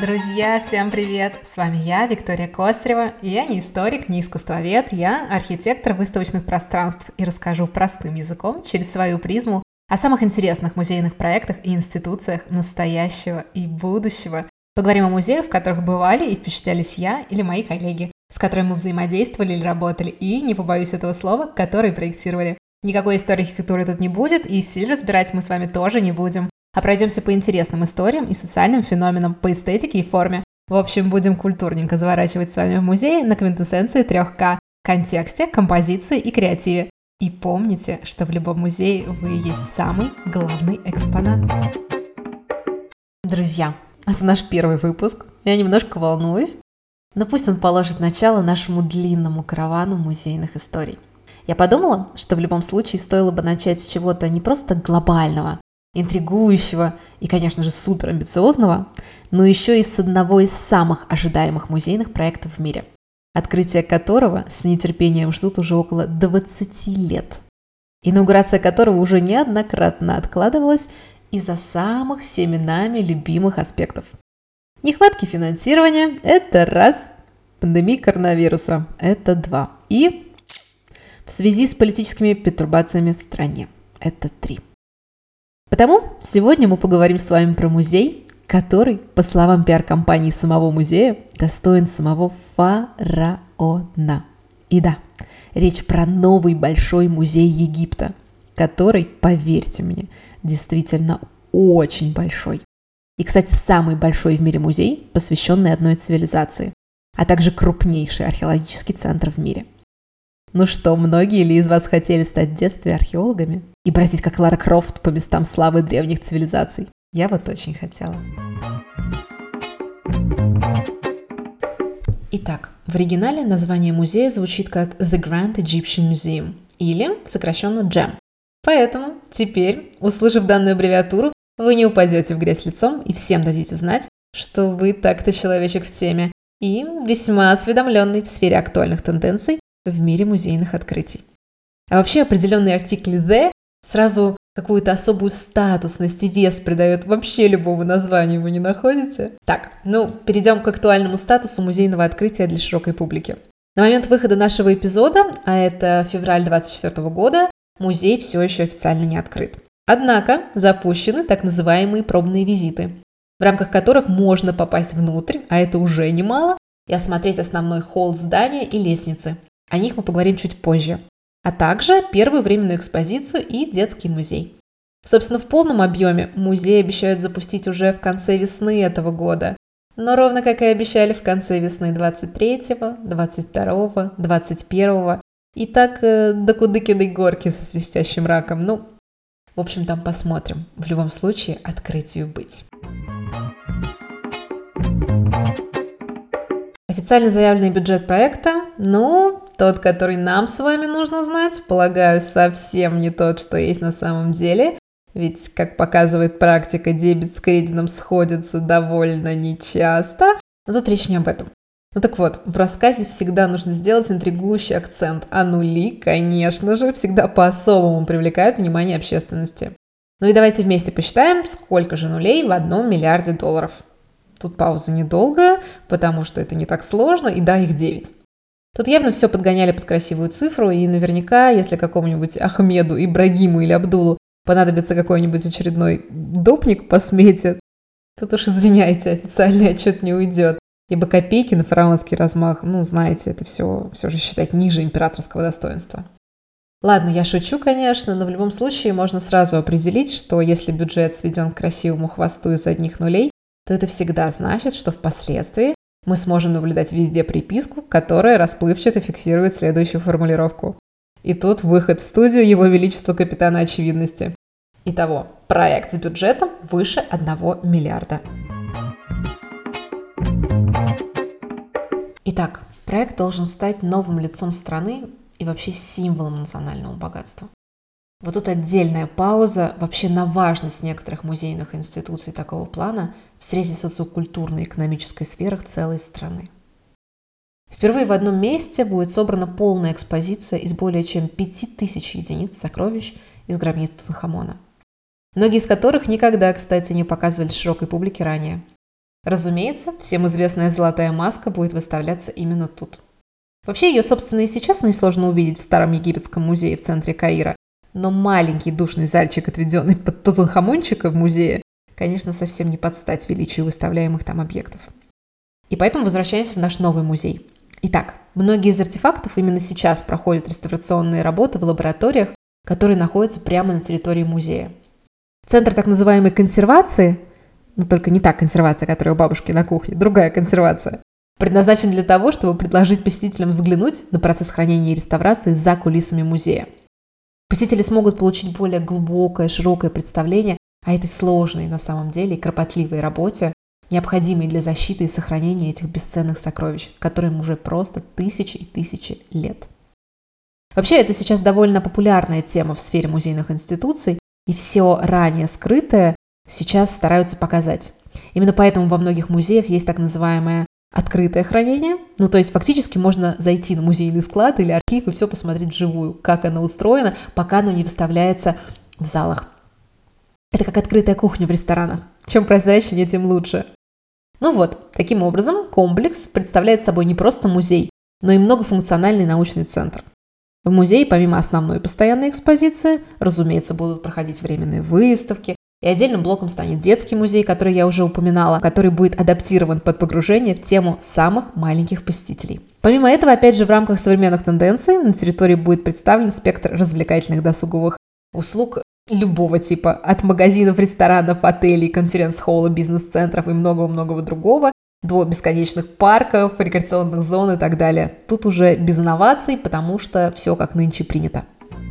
Друзья, всем привет! С вами я, Виктория Косарева, и я не историк, не искусствовед, я архитектор выставочных пространств и расскажу простым языком через свою призму о самых интересных музейных проектах и институциях настоящего и будущего. Поговорим о музеях, в которых бывали и впечатлялись я или мои коллеги, с которыми мы взаимодействовали или работали, и, не побоюсь этого слова, которые проектировали. Никакой истории архитектуры тут не будет, и стиль разбирать мы с вами тоже не будем. А пройдемся по интересным историям и социальным феноменам, по эстетике и форме. В общем, будем культурненько заворачивать с вами в музее на квинтэссенции 3К – контексте, композиции и креативе. И помните, что в любом музее вы есть самый главный экспонат. Друзья, это наш первый выпуск. Я немножко волнуюсь, но пусть он положит начало нашему длинному каравану музейных историй. Я подумала, что в любом случае стоило бы начать с чего-то не просто глобального, интригующего и, конечно же, суперамбициозного, но еще и с одного из самых ожидаемых музейных проектов в мире, открытие которого с нетерпением ждут уже около 20 лет, инаугурация которого уже неоднократно откладывалась из-за самых всеми нами любимых аспектов. Нехватки финансирования – это раз, пандемия коронавируса – это два, и в связи с политическими пертурбациями в стране – это три. Потому сегодня мы поговорим с вами про музей, который, по словам пиар-компании самого музея, достоин самого фараона. И да, речь про новый большой музей Египта, который, поверьте мне, действительно очень большой. И, кстати, самый большой в мире музей, посвященный одной цивилизации, а также крупнейший археологический центр в мире. Ну что, многие ли из вас хотели стать в детстве археологами и бродить как Лара Крофт по местам славы древних цивилизаций? Я вот очень хотела. Итак, в оригинале название музея звучит как The Grand Egyptian Museum или сокращенно GEM. Поэтому теперь, услышав данную аббревиатуру, вы не упадете в грязь лицом и всем дадите знать, что вы так-то человечек в теме и весьма осведомленный в сфере актуальных тенденций в мире музейных открытий. А вообще определенный артикль «the» сразу какую-то особую статусность и вес придает вообще любому названию, вы не находите? Так, перейдем к актуальному статусу музейного открытия для широкой публики. На момент выхода нашего эпизода, а это февраль 2024 года, музей все еще официально не открыт. Однако запущены так называемые пробные визиты, в рамках которых можно попасть внутрь, а это уже немало, и осмотреть основной холл здания и лестницы. О них мы поговорим чуть позже. А также первую временную экспозицию и детский музей. Собственно, в полном объеме музей обещают запустить уже в конце весны этого года. Но ровно как и обещали в конце весны 23-го, 22-го, 21-го. И так до Кудыкиной горки со свистящим раком. В общем, там посмотрим. В любом случае, открытию быть. Официально заявленный бюджет проекта, тот, который нам с вами нужно знать, полагаю, совсем не тот, что есть на самом деле. Ведь, как показывает практика, дебет с кредитом сходится довольно нечасто. Но тут речь не об этом. Так вот, в рассказе всегда нужно сделать интригующий акцент, а нули, конечно же, всегда по-особому привлекают внимание общественности. И давайте вместе посчитаем, сколько же нулей в 1 миллиарде долларов. Тут пауза недолгая, потому что это не так сложно, и да, их 9. Тут явно все подгоняли под красивую цифру, и наверняка, если какому-нибудь Ахмеду, Ибрагиму или Абдулу понадобится какой-нибудь очередной допник по смете, тут уж извиняйте, официальный отчет не уйдет, ибо копейки на фараонский размах, знаете, это все же считать ниже императорского достоинства. Ладно, я шучу, конечно, но в любом случае можно сразу определить, что если бюджет сведен к красивому хвосту из одних нулей, то это всегда значит, что впоследствии мы сможем наблюдать везде приписку, которая расплывчато фиксирует следующую формулировку. И тут выход в студию Его Величества Капитана Очевидности. Итого, проект с бюджетом выше 1 миллиарда. Итак, проект должен стать новым лицом страны и вообще символом национального богатства. Вот тут отдельная пауза вообще на важность некоторых музейных институций такого плана в срезе социокультурной и экономической сферах целой страны. Впервые в одном месте будет собрана полная экспозиция из более чем 5000 единиц сокровищ из гробниц Тутанхамона. Многие из которых никогда, кстати, не показывали широкой публике ранее. Разумеется, всем известная золотая маска будет выставляться именно тут. Вообще ее, собственно, и сейчас несложно увидеть в Старом египетском музее в центре Каира. Но маленький душный зальчик, отведенный под Тутанхамончика в музее, конечно, совсем не под стать величию выставляемых там объектов. И поэтому возвращаемся в наш новый музей. Итак, многие из артефактов именно сейчас проходят реставрационные работы в лабораториях, которые находятся прямо на территории музея. Центр так называемой консервации, но только не та консервация, которая у бабушки на кухне, другая консервация, предназначен для того, чтобы предложить посетителям взглянуть на процесс хранения и реставрации за кулисами музея. Посетители смогут получить более глубокое, широкое представление о этой сложной на самом деле и кропотливой работе, необходимой для защиты и сохранения этих бесценных сокровищ, которым уже просто тысячи и тысячи лет. Вообще, это сейчас довольно популярная тема в сфере музейных институций, и все ранее скрытое сейчас стараются показать. Именно поэтому во многих музеях есть так называемое открытое хранение. Ну, то есть фактически можно зайти на музейный склад или архив и все посмотреть вживую, как оно устроено, пока оно не выставляется в залах. Это как открытая кухня в ресторанах. Чем прозрачнее, тем лучше. Ну вот, таким образом, комплекс представляет собой не просто музей, но и многофункциональный научный центр. В музее, помимо основной постоянной экспозиции, разумеется, будут проходить временные выставки, и отдельным блоком станет детский музей, который я уже упоминала, который будет адаптирован под погружение в тему самых маленьких посетителей. Помимо этого, опять же, в рамках современных тенденций на территории будет представлен спектр развлекательных досуговых услуг любого типа, от магазинов, ресторанов, отелей, конференц-холла, бизнес-центров и многого-многого другого, до бесконечных парков, рекреационных зон и так далее. Тут уже без инноваций, потому что все как нынче принято.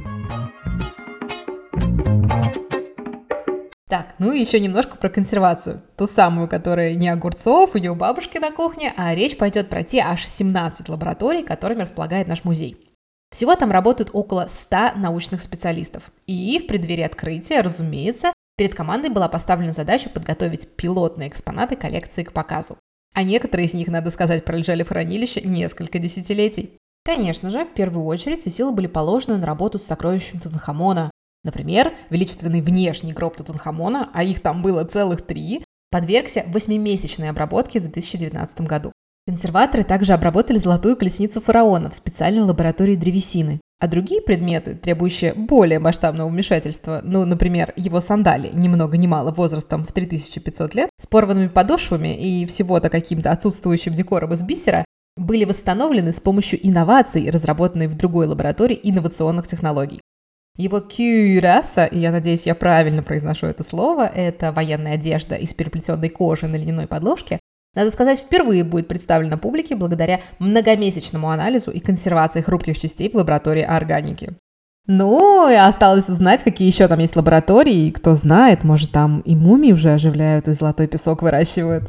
Так, ну и еще немножко про консервацию. Ту самую, которая не огурцов, и не у бабушки на кухне, а речь пойдет пройти аж 17 лабораторий, которыми располагает наш музей. Всего там работают около 100 научных специалистов. И в преддверии открытия, разумеется, перед командой была поставлена задача подготовить пилотные экспонаты коллекции к показу. А некоторые из них, надо сказать, пролежали в хранилище несколько десятилетий. Конечно же, в первую очередь все силы были положены на работу с сокровищем Тутанхамона. Например, величественный внешний гроб Тутанхамона, а их там было целых 3, подвергся 8-месячной обработке в 2019 году. Консерваторы также обработали золотую колесницу фараона в специальной лаборатории древесины. А другие предметы, требующие более масштабного вмешательства, ну, например, его сандали, ни много ни мало возрастом в 3500 лет, с порванными подошвами и всего-то каким-то отсутствующим декором из бисера, были восстановлены с помощью инноваций, разработанной в другой лаборатории инновационных технологий. Его кюряса, и я надеюсь, я правильно произношу это слово, это военная одежда из переплетенной кожи на льняной подложке, надо сказать, впервые будет представлена публике благодаря многомесячному анализу и консервации хрупких частей в лаборатории органики. Ну, и осталось узнать, какие еще там есть лаборатории, и кто знает, может, там и мумии уже оживляют, и золотой песок выращивают.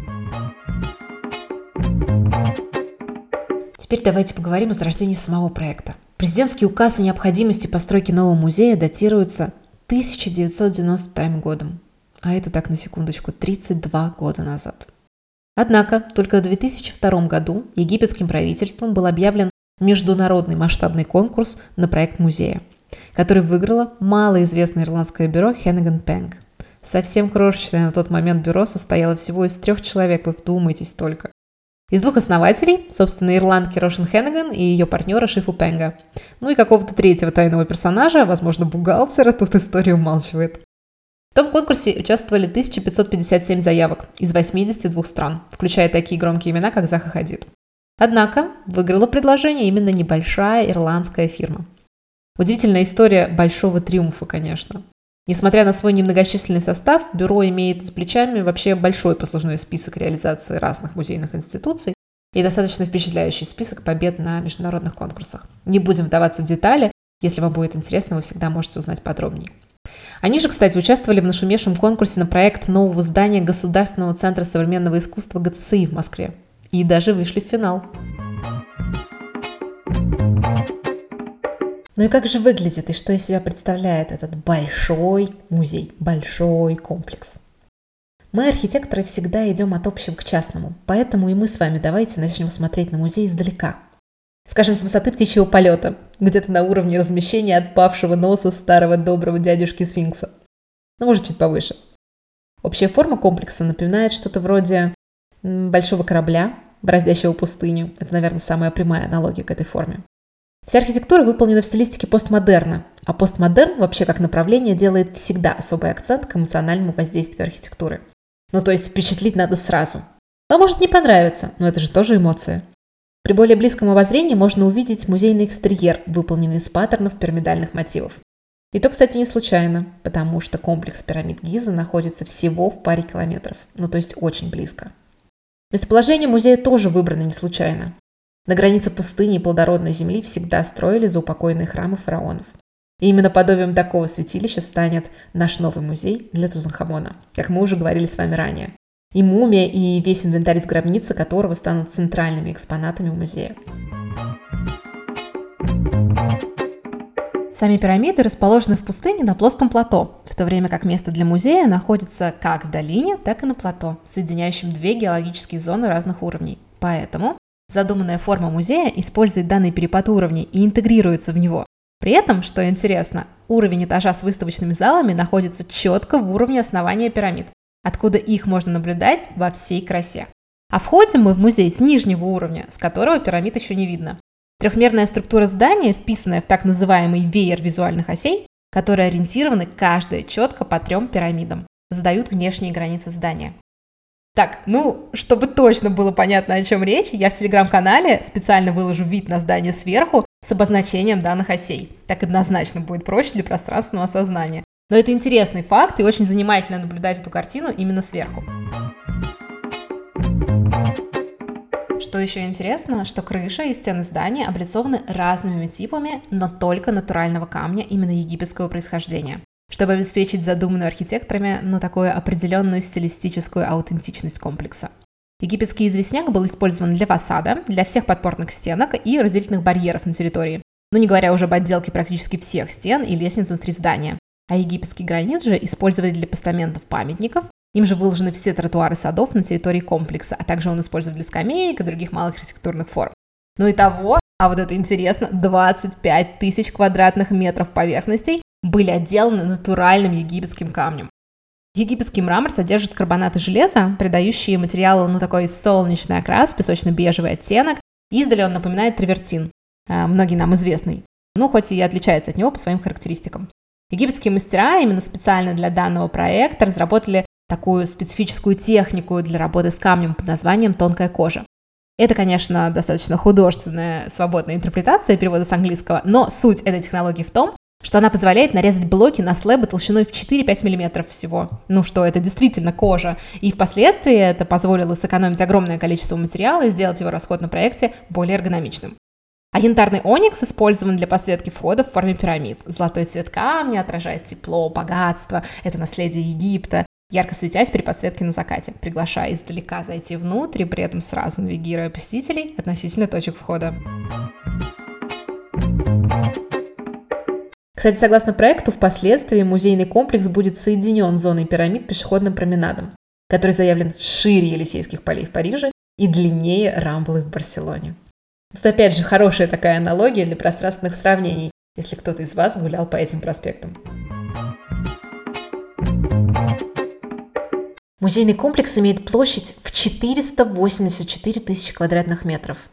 Теперь давайте поговорим о зарождении самого проекта. Президентский указ о необходимости постройки нового музея датируется 1992 годом. А это так, на секундочку, 32 года назад. Однако только в 2002 году египетским правительством был объявлен международный масштабный конкурс на проект музея, который выиграло малоизвестное ирландское бюро Heneghan Peng. Совсем крошечное на тот момент бюро состояло всего из 3 человек, вы вдумайтесь только. Из 2 основателей, собственно, ирландки Рошен Хеннеган и ее партнера Шифу Пенга. Ну и какого-то 3-го тайного персонажа, возможно, бухгалтера, тут история умалчивает. В том конкурсе участвовали 1557 заявок из 82 стран, включая такие громкие имена, как Заха Хадид. Однако выиграла предложение именно небольшая ирландская фирма. Удивительная история большого триумфа, конечно. Несмотря на свой немногочисленный состав, бюро имеет за плечами вообще большой послужной список реализации разных музейных институций и достаточно впечатляющий список побед на международных конкурсах. Не будем вдаваться в детали, если вам будет интересно, вы всегда можете узнать подробнее. Они же, кстати, участвовали в нашумевшем конкурсе на проект нового здания Государственного центра современного искусства ГЦСИ в Москве. И даже вышли в финал. Ну и как же выглядит и что из себя представляет этот большой музей, большой комплекс? Мы, архитекторы, всегда идем от общего к частному, поэтому и мы с вами давайте начнем смотреть на музей издалека. Скажем, с высоты птичьего полета, где-то на уровне размещения отпавшего носа старого доброго дядюшки-сфинкса. Ну, может, чуть повыше. Общая форма комплекса напоминает что-то вроде большого корабля, бороздящего пустыню. Это, наверное, самая прямая аналогия к этой форме. Вся архитектура выполнена в стилистике постмодерна, а постмодерн вообще как направление делает всегда особый акцент к эмоциональному воздействию архитектуры. То есть впечатлить надо сразу. А может не понравится, но это же тоже эмоция. При более близком обозрении можно увидеть музейный экстерьер, выполненный из паттернов пирамидальных мотивов. И то, кстати, не случайно, потому что комплекс пирамид Гизы находится всего в паре километров, то есть очень близко. Местоположение музея тоже выбрано не случайно. На границе пустыни и плодородной земли всегда строили заупокойные храмы фараонов. И именно подобием такого святилища станет наш новый музей для Тутанхамона, как мы уже говорили с вами ранее. И мумия, и весь инвентарь из гробницы которого станут центральными экспонатами музея. Сами пирамиды расположены в пустыне на плоском плато, в то время как место для музея находится как в долине, так и на плато, соединяющем две геологические зоны разных уровней. Поэтому задуманная форма музея использует данный перепад уровней и интегрируется в него. При этом, что интересно, уровень этажа с выставочными залами находится четко в уровне основания пирамид, откуда их можно наблюдать во всей красе. А входим мы в музей с нижнего уровня, с которого пирамид еще не видно. Трехмерная структура здания, вписанная в так называемый веер визуальных осей, которые ориентированы каждая четко по 3 пирамидам, задают внешние границы здания. Так, чтобы точно было понятно, о чем речь, я в телеграм-канале специально выложу вид на здание сверху с обозначением данных осей. Так однозначно будет проще для пространственного осознания. Но это интересный факт, и очень занимательно наблюдать эту картину именно сверху. Что еще интересно, что крыша и стены здания облицованы разными типами, но только натурального камня именно египетского происхождения, чтобы обеспечить задуманную архитекторами, такую определенную стилистическую аутентичность комплекса. Египетский известняк был использован для фасада, для всех подпорных стенок и разделительных барьеров на территории, не говоря уже об отделке практически всех стен и лестниц внутри здания. А египетский гранит же использовали для постаментов памятников, им же выложены все тротуары садов на территории комплекса, а также он использует для скамеек и других малых архитектурных форм. Итого, а вот это интересно, 25 тысяч квадратных метров поверхностей были отделаны натуральным египетским камнем. Египетский мрамор содержит карбонаты железа, придающие материалу такой солнечный окрас, песочно-бежевый оттенок. Издали он напоминает тревертин, многие нам известный, хоть и отличается от него по своим характеристикам. Египетские мастера именно специально для данного проекта разработали такую специфическую технику для работы с камнем под названием «тонкая кожа». Это, конечно, достаточно художественная, свободная интерпретация перевода с английского, но суть этой технологии в том, что она позволяет нарезать блоки на слэбы толщиной в 4-5 мм всего. Что это действительно кожа. И впоследствии это позволило сэкономить огромное количество материала и сделать его расход на проекте более эргономичным. А янтарный оникс использован для подсветки входа в форме пирамид. Золотой цвет камня отражает тепло, богатство, это наследие Египта, ярко светясь при подсветке на закате, приглашая издалека зайти внутрь и при этом сразу навигируя посетителей относительно точек входа. Кстати, согласно проекту, впоследствии музейный комплекс будет соединен с зоной пирамид пешеходным променадом, который заявлен шире Елисейских полей в Париже и длиннее Рамблы в Барселоне. Опять же, хорошая такая аналогия для пространственных сравнений, если кто-то из вас гулял по этим проспектам. Музейный комплекс имеет площадь в 484 тысячи квадратных метров.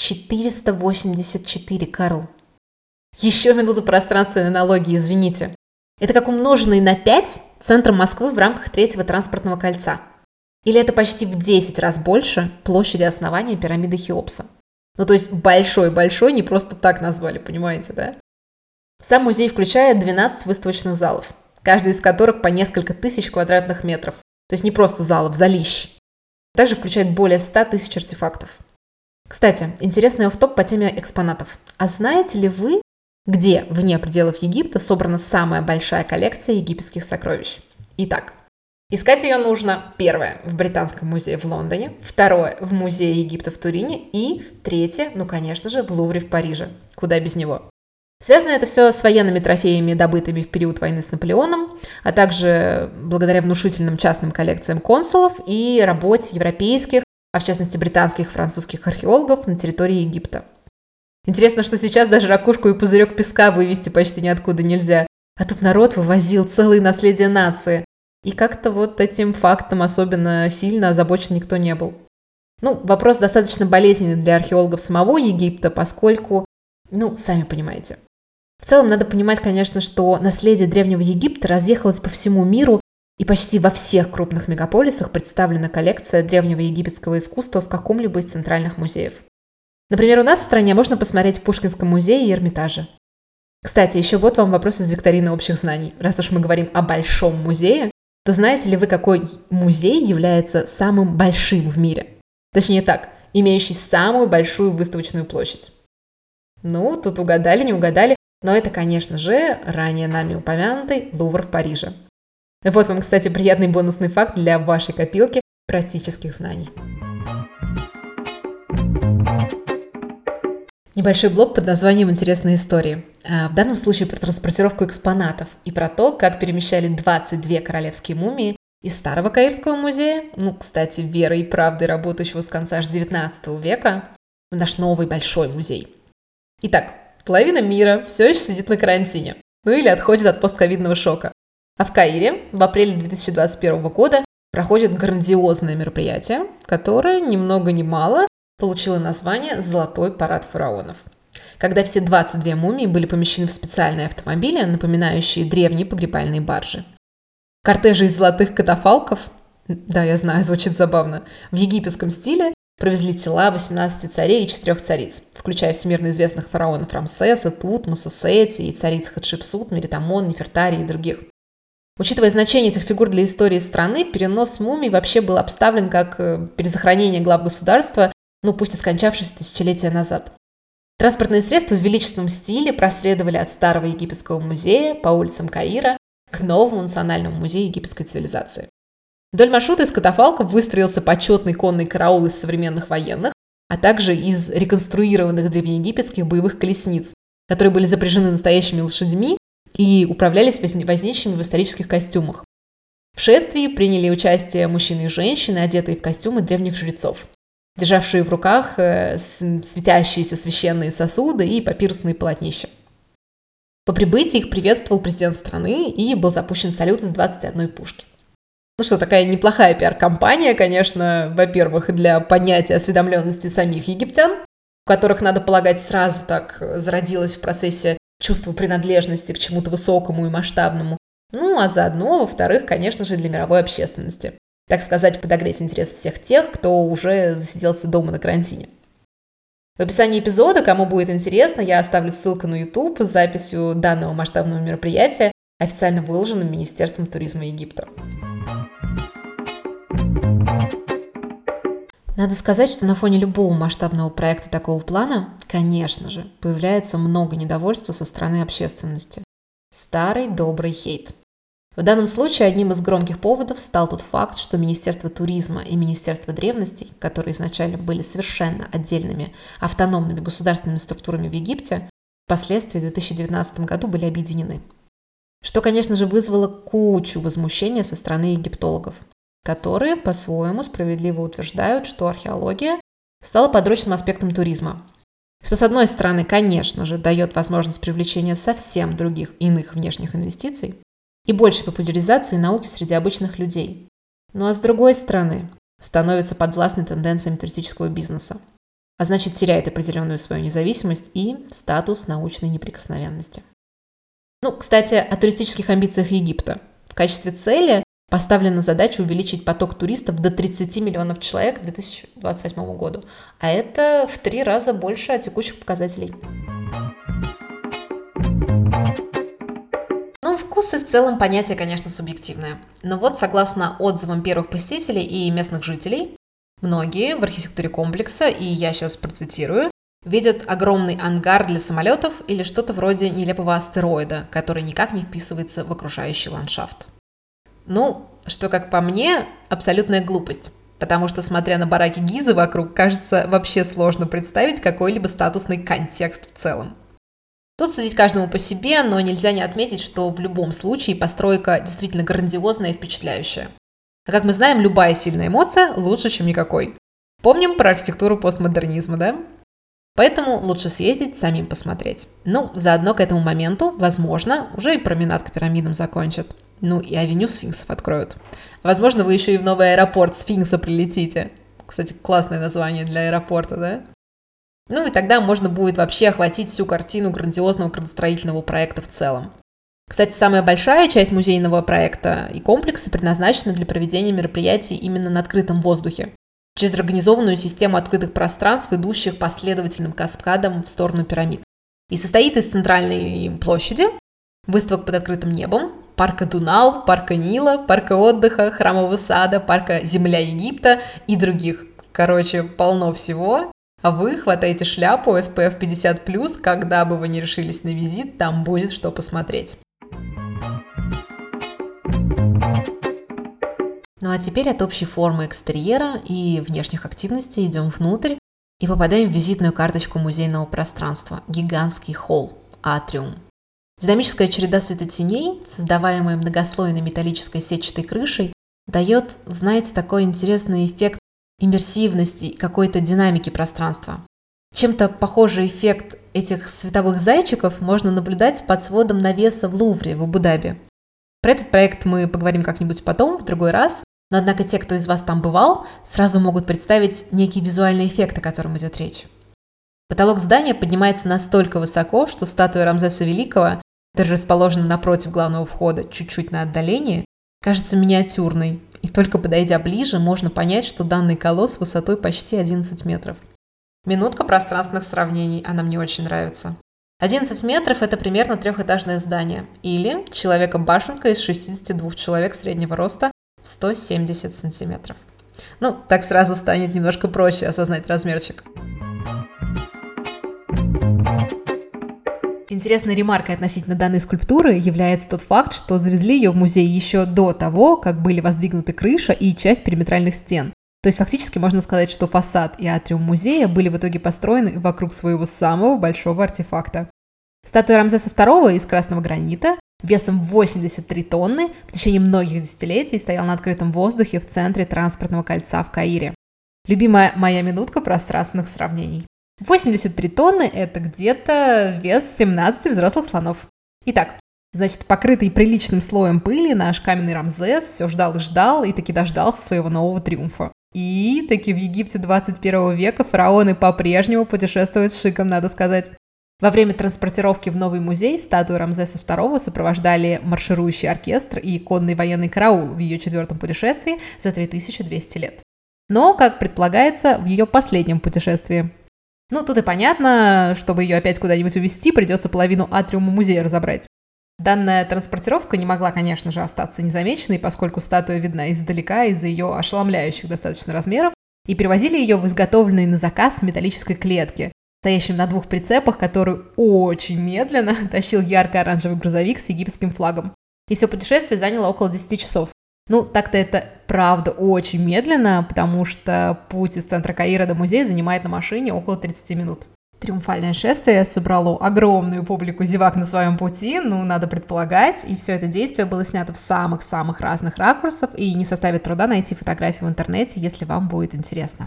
484, Карл. Еще минуту пространственной аналогии, извините. Это как умноженный на 5 центр Москвы в рамках 3-го транспортного кольца. Или это почти в 10 раз больше площади основания пирамиды Хеопса. То есть большой-большой не просто так назвали, понимаете, да? Сам музей включает 12 выставочных залов, каждый из которых по несколько тысяч квадратных метров. То есть не просто залов, залищ. Также включает более 100 тысяч артефактов. Кстати, интересный офф-топ по теме экспонатов. А знаете ли вы, где вне пределов Египта собрана самая большая коллекция египетских сокровищ? Итак, искать ее нужно, первое, в Британском музее в Лондоне, второе, в Музее Египта в Турине и третье, конечно же, в Лувре в Париже. Куда без него? Связано это все с военными трофеями, добытыми в период войны с Наполеоном, а также благодаря внушительным частным коллекциям консулов и работе европейских, а в частности британских и французских археологов на территории Египта. Интересно, что сейчас даже ракушку и пузырек песка вывести почти ниоткуда нельзя, а тут народ вывозил целые наследия нации. И как-то этим фактом особенно сильно озабочен никто не был. Вопрос достаточно болезненный для археологов самого Египта, поскольку, сами понимаете. В целом надо понимать, конечно, что наследие Древнего Египта разъехалось по всему миру, и почти во всех крупных мегаполисах представлена коллекция древнего египетского искусства в каком-либо из центральных музеев. Например, у нас в стране можно посмотреть в Пушкинском музее и Эрмитаже. Кстати, еще вот вам вопрос из викторины общих знаний. Раз уж мы говорим о большом музее, то знаете ли вы, какой музей является самым большим в мире? Точнее так, имеющий самую большую выставочную площадь. Тут угадали, не угадали, но это, конечно же, ранее нами упомянутый Лувр в Париже. Вот вам, кстати, приятный бонусный факт для вашей копилки практических знаний. Небольшой блог под названием «Интересные истории». В данном случае про транспортировку экспонатов и про то, как перемещали 22 королевские мумии из Старого Каирского музея, кстати, верой и правдой работающего с конца аж 19 века, в наш новый большой музей. Итак, половина мира все еще сидит на карантине, или отходит от постковидного шока. А в Каире в апреле 2021 года проходит грандиозное мероприятие, которое ни много ни мало получило название «Золотой парад фараонов», когда все 22 мумии были помещены в специальные автомобили, напоминающие древние погребальные баржи. Кортежи из золотых катафалков, да, я знаю, звучит забавно, в египетском стиле провезли тела 18 царей и 4 цариц, включая всемирно известных фараонов Рамсеса, Тутмоса, Сети и цариц Хатшепсут, Меритамон, Нефертари и других. Учитывая значение этих фигур для истории страны, перенос мумий вообще был обставлен как перезахоронение глав государства, пусть и скончавшись тысячелетия назад. Транспортные средства в величественном стиле проследовали от Старого египетского музея по улицам Каира к новому национальному музею египетской цивилизации. Вдоль маршрута из катафалков выстроился почетный конный караул из современных военных, а также из реконструированных древнеегипетских боевых колесниц, которые были запряжены настоящими лошадьми и управлялись возничими в исторических костюмах. В шествии приняли участие мужчины и женщины, одетые в костюмы древних жрецов, державшие в руках светящиеся священные сосуды и папирусные полотнища. По прибытии их приветствовал президент страны и был запущен салют из 21 пушки. Такая неплохая пиар-компания, конечно, во-первых, для поднятия осведомленности самих египтян, у которых, надо полагать, сразу так зародилось в процессе чувство принадлежности к чему-то высокому и масштабному, а заодно, во-вторых, конечно же, для мировой общественности. Так сказать, подогреть интерес всех тех, кто уже засиделся дома на карантине. В описании эпизода, кому будет интересно, я оставлю ссылку на YouTube с записью данного масштабного мероприятия, официально выложенным Министерством туризма Египта. Надо сказать, что на фоне любого масштабного проекта такого плана, конечно же, появляется много недовольства со стороны общественности. Старый добрый хейт. В данном случае одним из громких поводов стал тот факт, что Министерство туризма и Министерство древностей, которые изначально были совершенно отдельными автономными государственными структурами в Египте, впоследствии в 2019 году были объединены. Что, конечно же, вызвало кучу возмущения со стороны египтологов, которые по-своему справедливо утверждают, что археология стала подручным аспектом туризма. Что, с одной стороны, конечно же, дает возможность привлечения совсем других иных внешних инвестиций и большей популяризации науки среди обычных людей. А с другой стороны, становится подвластной тенденциями туристического бизнеса, а значит теряет определенную свою независимость и статус научной неприкосновенности. Кстати, о туристических амбициях Египта. В качестве цели поставлена задача увеличить поток туристов до 30 миллионов человек к 2028 году, а это в 3 раза больше от текущих показателей. Вкусы в целом понятие, конечно, субъективное. Но вот, согласно отзывам первых посетителей и местных жителей, многие в архитектуре комплекса, и я сейчас процитирую, видят огромный ангар для самолетов или что-то вроде нелепого астероида, который никак не вписывается в окружающий ландшафт. Что, как по мне, абсолютная глупость. Потому что, смотря на бараки Гизы вокруг, кажется, вообще сложно представить какой-либо статусный контекст в целом. Тут судить каждому по себе, но нельзя не отметить, что в любом случае постройка действительно грандиозная и впечатляющая. А как мы знаем, любая сильная эмоция лучше, чем никакой. Помним про архитектуру постмодернизма, да? Поэтому лучше съездить, самим посмотреть. Заодно к этому моменту, возможно, уже и променад к пирамидам закончат. И авеню сфинксов откроют. Возможно, вы еще и в новый аэропорт Сфинкса прилетите. Кстати, классное название для аэропорта, да? Ну и тогда можно будет вообще охватить всю картину грандиозного градостроительного проекта в целом. Кстати, самая большая часть музейного проекта и комплекса предназначена для проведения мероприятий именно на открытом воздухе, через организованную систему открытых пространств, идущих последовательным каскадом в сторону пирамид. И состоит из центральной площади, выставок под открытым небом, парка Дунал, парка Нила, парка отдыха, храмового сада, парка Земля Египта и других. Короче, полно всего. А вы хватаете шляпу SPF 50+, когда бы вы не решились на визит, там будет что посмотреть. Ну а теперь от общей формы экстерьера и внешних активностей идем внутрь и попадаем в визитную карточку музейного пространства – гигантский холл, атриум. Динамическая череда светотеней, создаваемая многослойной металлической сетчатой крышей, дает, знаете, такой интересный эффект иммерсивности и какой-то динамики пространства. Чем-то похожий эффект этих световых зайчиков можно наблюдать под сводом навеса в Лувре в Абу-Даби. Про этот проект мы поговорим как-нибудь потом, в другой раз, но однако те, кто из вас там бывал, сразу могут представить некий визуальный эффект, о котором идет речь. Потолок здания поднимается настолько высоко, что статуя Рамзеса Великого, которая расположена напротив главного входа, чуть-чуть на отдалении, кажется миниатюрной, и только подойдя ближе, можно понять, что данный колосс высотой почти 11 метров. Минутка пространственных сравнений, она мне очень нравится. 11 метров – это примерно трехэтажное здание, или человека-башенка из 62 человек среднего роста в 170 сантиметров. Ну, так сразу станет немножко проще осознать размерчик. Интересной ремаркой относительно данной скульптуры является тот факт, что завезли ее в музей еще до того, как были воздвигнуты крыша и часть периметральных стен. То есть фактически можно сказать, что фасад и атриум музея были в итоге построены вокруг своего самого большого артефакта. Статуя Рамзеса II из красного гранита весом 83 тонны в течение многих десятилетий стояла на открытом воздухе в центре транспортного кольца в Каире. Любимая моя минутка пространственных сравнений. 83 тонны – это где-то вес 17 взрослых слонов. Итак, значит, покрытый приличным слоем пыли наш каменный Рамзес все ждал и таки дождался своего нового триумфа. И таки в Египте 21 века фараоны по-прежнему путешествуют с шиком, надо сказать. Во время транспортировки в новый музей статую Рамзеса II сопровождали марширующий оркестр и конный военный караул в ее 4-м путешествии за 3200 лет. Но, как предполагается, в ее последнем путешествии. Ну, тут и понятно, чтобы ее опять куда-нибудь увезти, придется половину атриума музея разобрать. Данная транспортировка не могла, конечно же, остаться незамеченной, поскольку статуя видна издалека из-за ее ошеломляющих достаточно размеров, и перевозили ее в изготовленной на заказ металлической клетке, стоящем на 2 прицепах, который очень медленно тащил ярко-оранжевый грузовик с египетским флагом. И все путешествие заняло около 10 часов. Ну, так-то это правда очень медленно, потому что путь из центра Каира до музея занимает на машине около 30 минут. Триумфальное шествие собрало огромную публику зевак на своем пути, надо предполагать, и все это действие было снято в самых-самых разных ракурсах, и не составит труда найти фотографию в интернете, если вам будет интересно.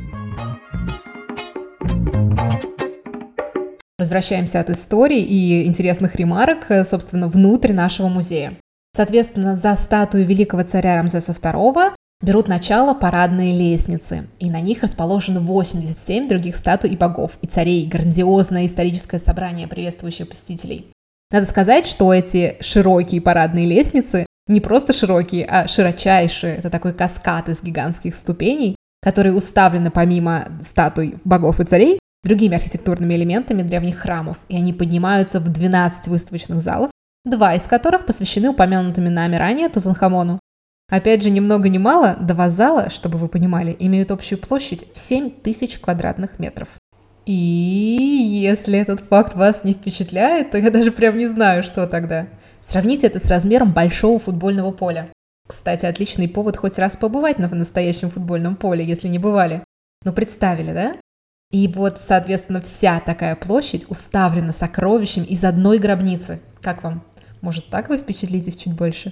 Возвращаемся от истории и интересных ремарок, собственно, внутрь нашего музея. Соответственно, за статую великого царя Рамзеса II берут начало парадные лестницы, и на них расположено 87 других статуй и богов, и царей, грандиозное историческое собрание, приветствующее посетителей. Надо сказать, что эти широкие парадные лестницы не просто широкие, а широчайшие. Это такой каскад из гигантских ступеней, которые уставлены помимо статуй богов и царей другими архитектурными элементами древних храмов, и они поднимаются в 12 выставочных залов, 2 из которых посвящены упомянутыми нами ранее Тутанхамону. Опять же, ни много ни мало, 2 зала, чтобы вы понимали, имеют общую площадь в 7000 квадратных метров. И если этот факт вас не впечатляет, то я даже прям не знаю, что тогда. Сравните это с размером большого футбольного поля. Кстати, отличный повод хоть раз побывать на настоящем футбольном поле, если не бывали. Представили, да? И вот, соответственно, вся такая площадь уставлена сокровищем из одной гробницы. Как вам? Может, так вы впечатлитесь чуть больше?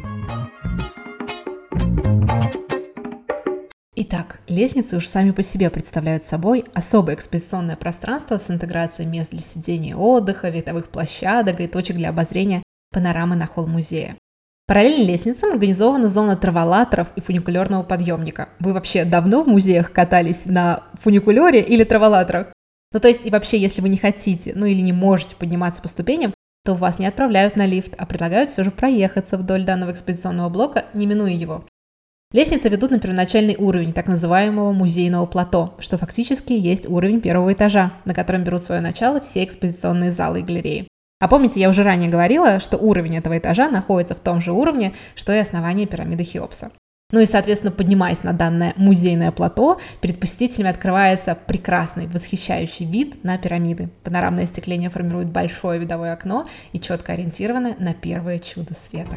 Итак, лестницы уж сами по себе представляют собой особое экспозиционное пространство с интеграцией мест для сидения и отдыха, видовых площадок и точек для обозрения панорамы на холл музея. Параллельно лестницам организована зона траволаторов и фуникулерного подъемника. Вы вообще давно в музеях катались на фуникулере или траволаторах? Ну, то есть, и вообще, если вы не хотите, или не можете подниматься по ступеням, то вас не отправляют на лифт, а предлагают все же проехаться вдоль данного экспозиционного блока, не минуя его. Лестницы ведут на первоначальный уровень так называемого музейного плато, что фактически есть уровень первого этажа, на котором берут свое начало все экспозиционные залы и галереи. А помните, я уже ранее говорила, что уровень этого этажа находится в том же уровне, что и основание пирамиды Хеопса. И, соответственно, поднимаясь на данное музейное плато, перед посетителями открывается прекрасный, восхищающий вид на пирамиды. Панорамное остекление формирует большое видовое окно и четко ориентировано на первое чудо света.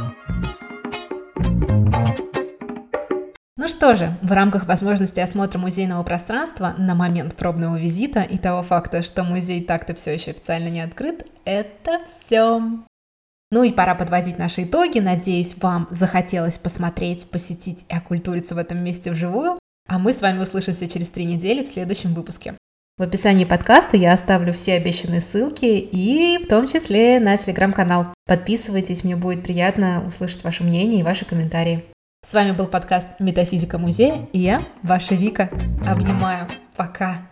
Ну что же, в рамках возможности осмотра музейного пространства на момент пробного визита и того факта, что музей так-то все еще официально не открыт, это все. И пора подводить наши итоги. Надеюсь, вам захотелось посмотреть, посетить и окультуриться в этом месте вживую. А мы с вами услышимся через 3 недели в следующем выпуске. В описании подкаста я оставлю все обещанные ссылки и в том числе на телеграм-канал. Подписывайтесь, мне будет приятно услышать ваше мнение и ваши комментарии. С вами был подкаст «Метафизика музея» и я, ваша Вика. Обнимаю. Пока.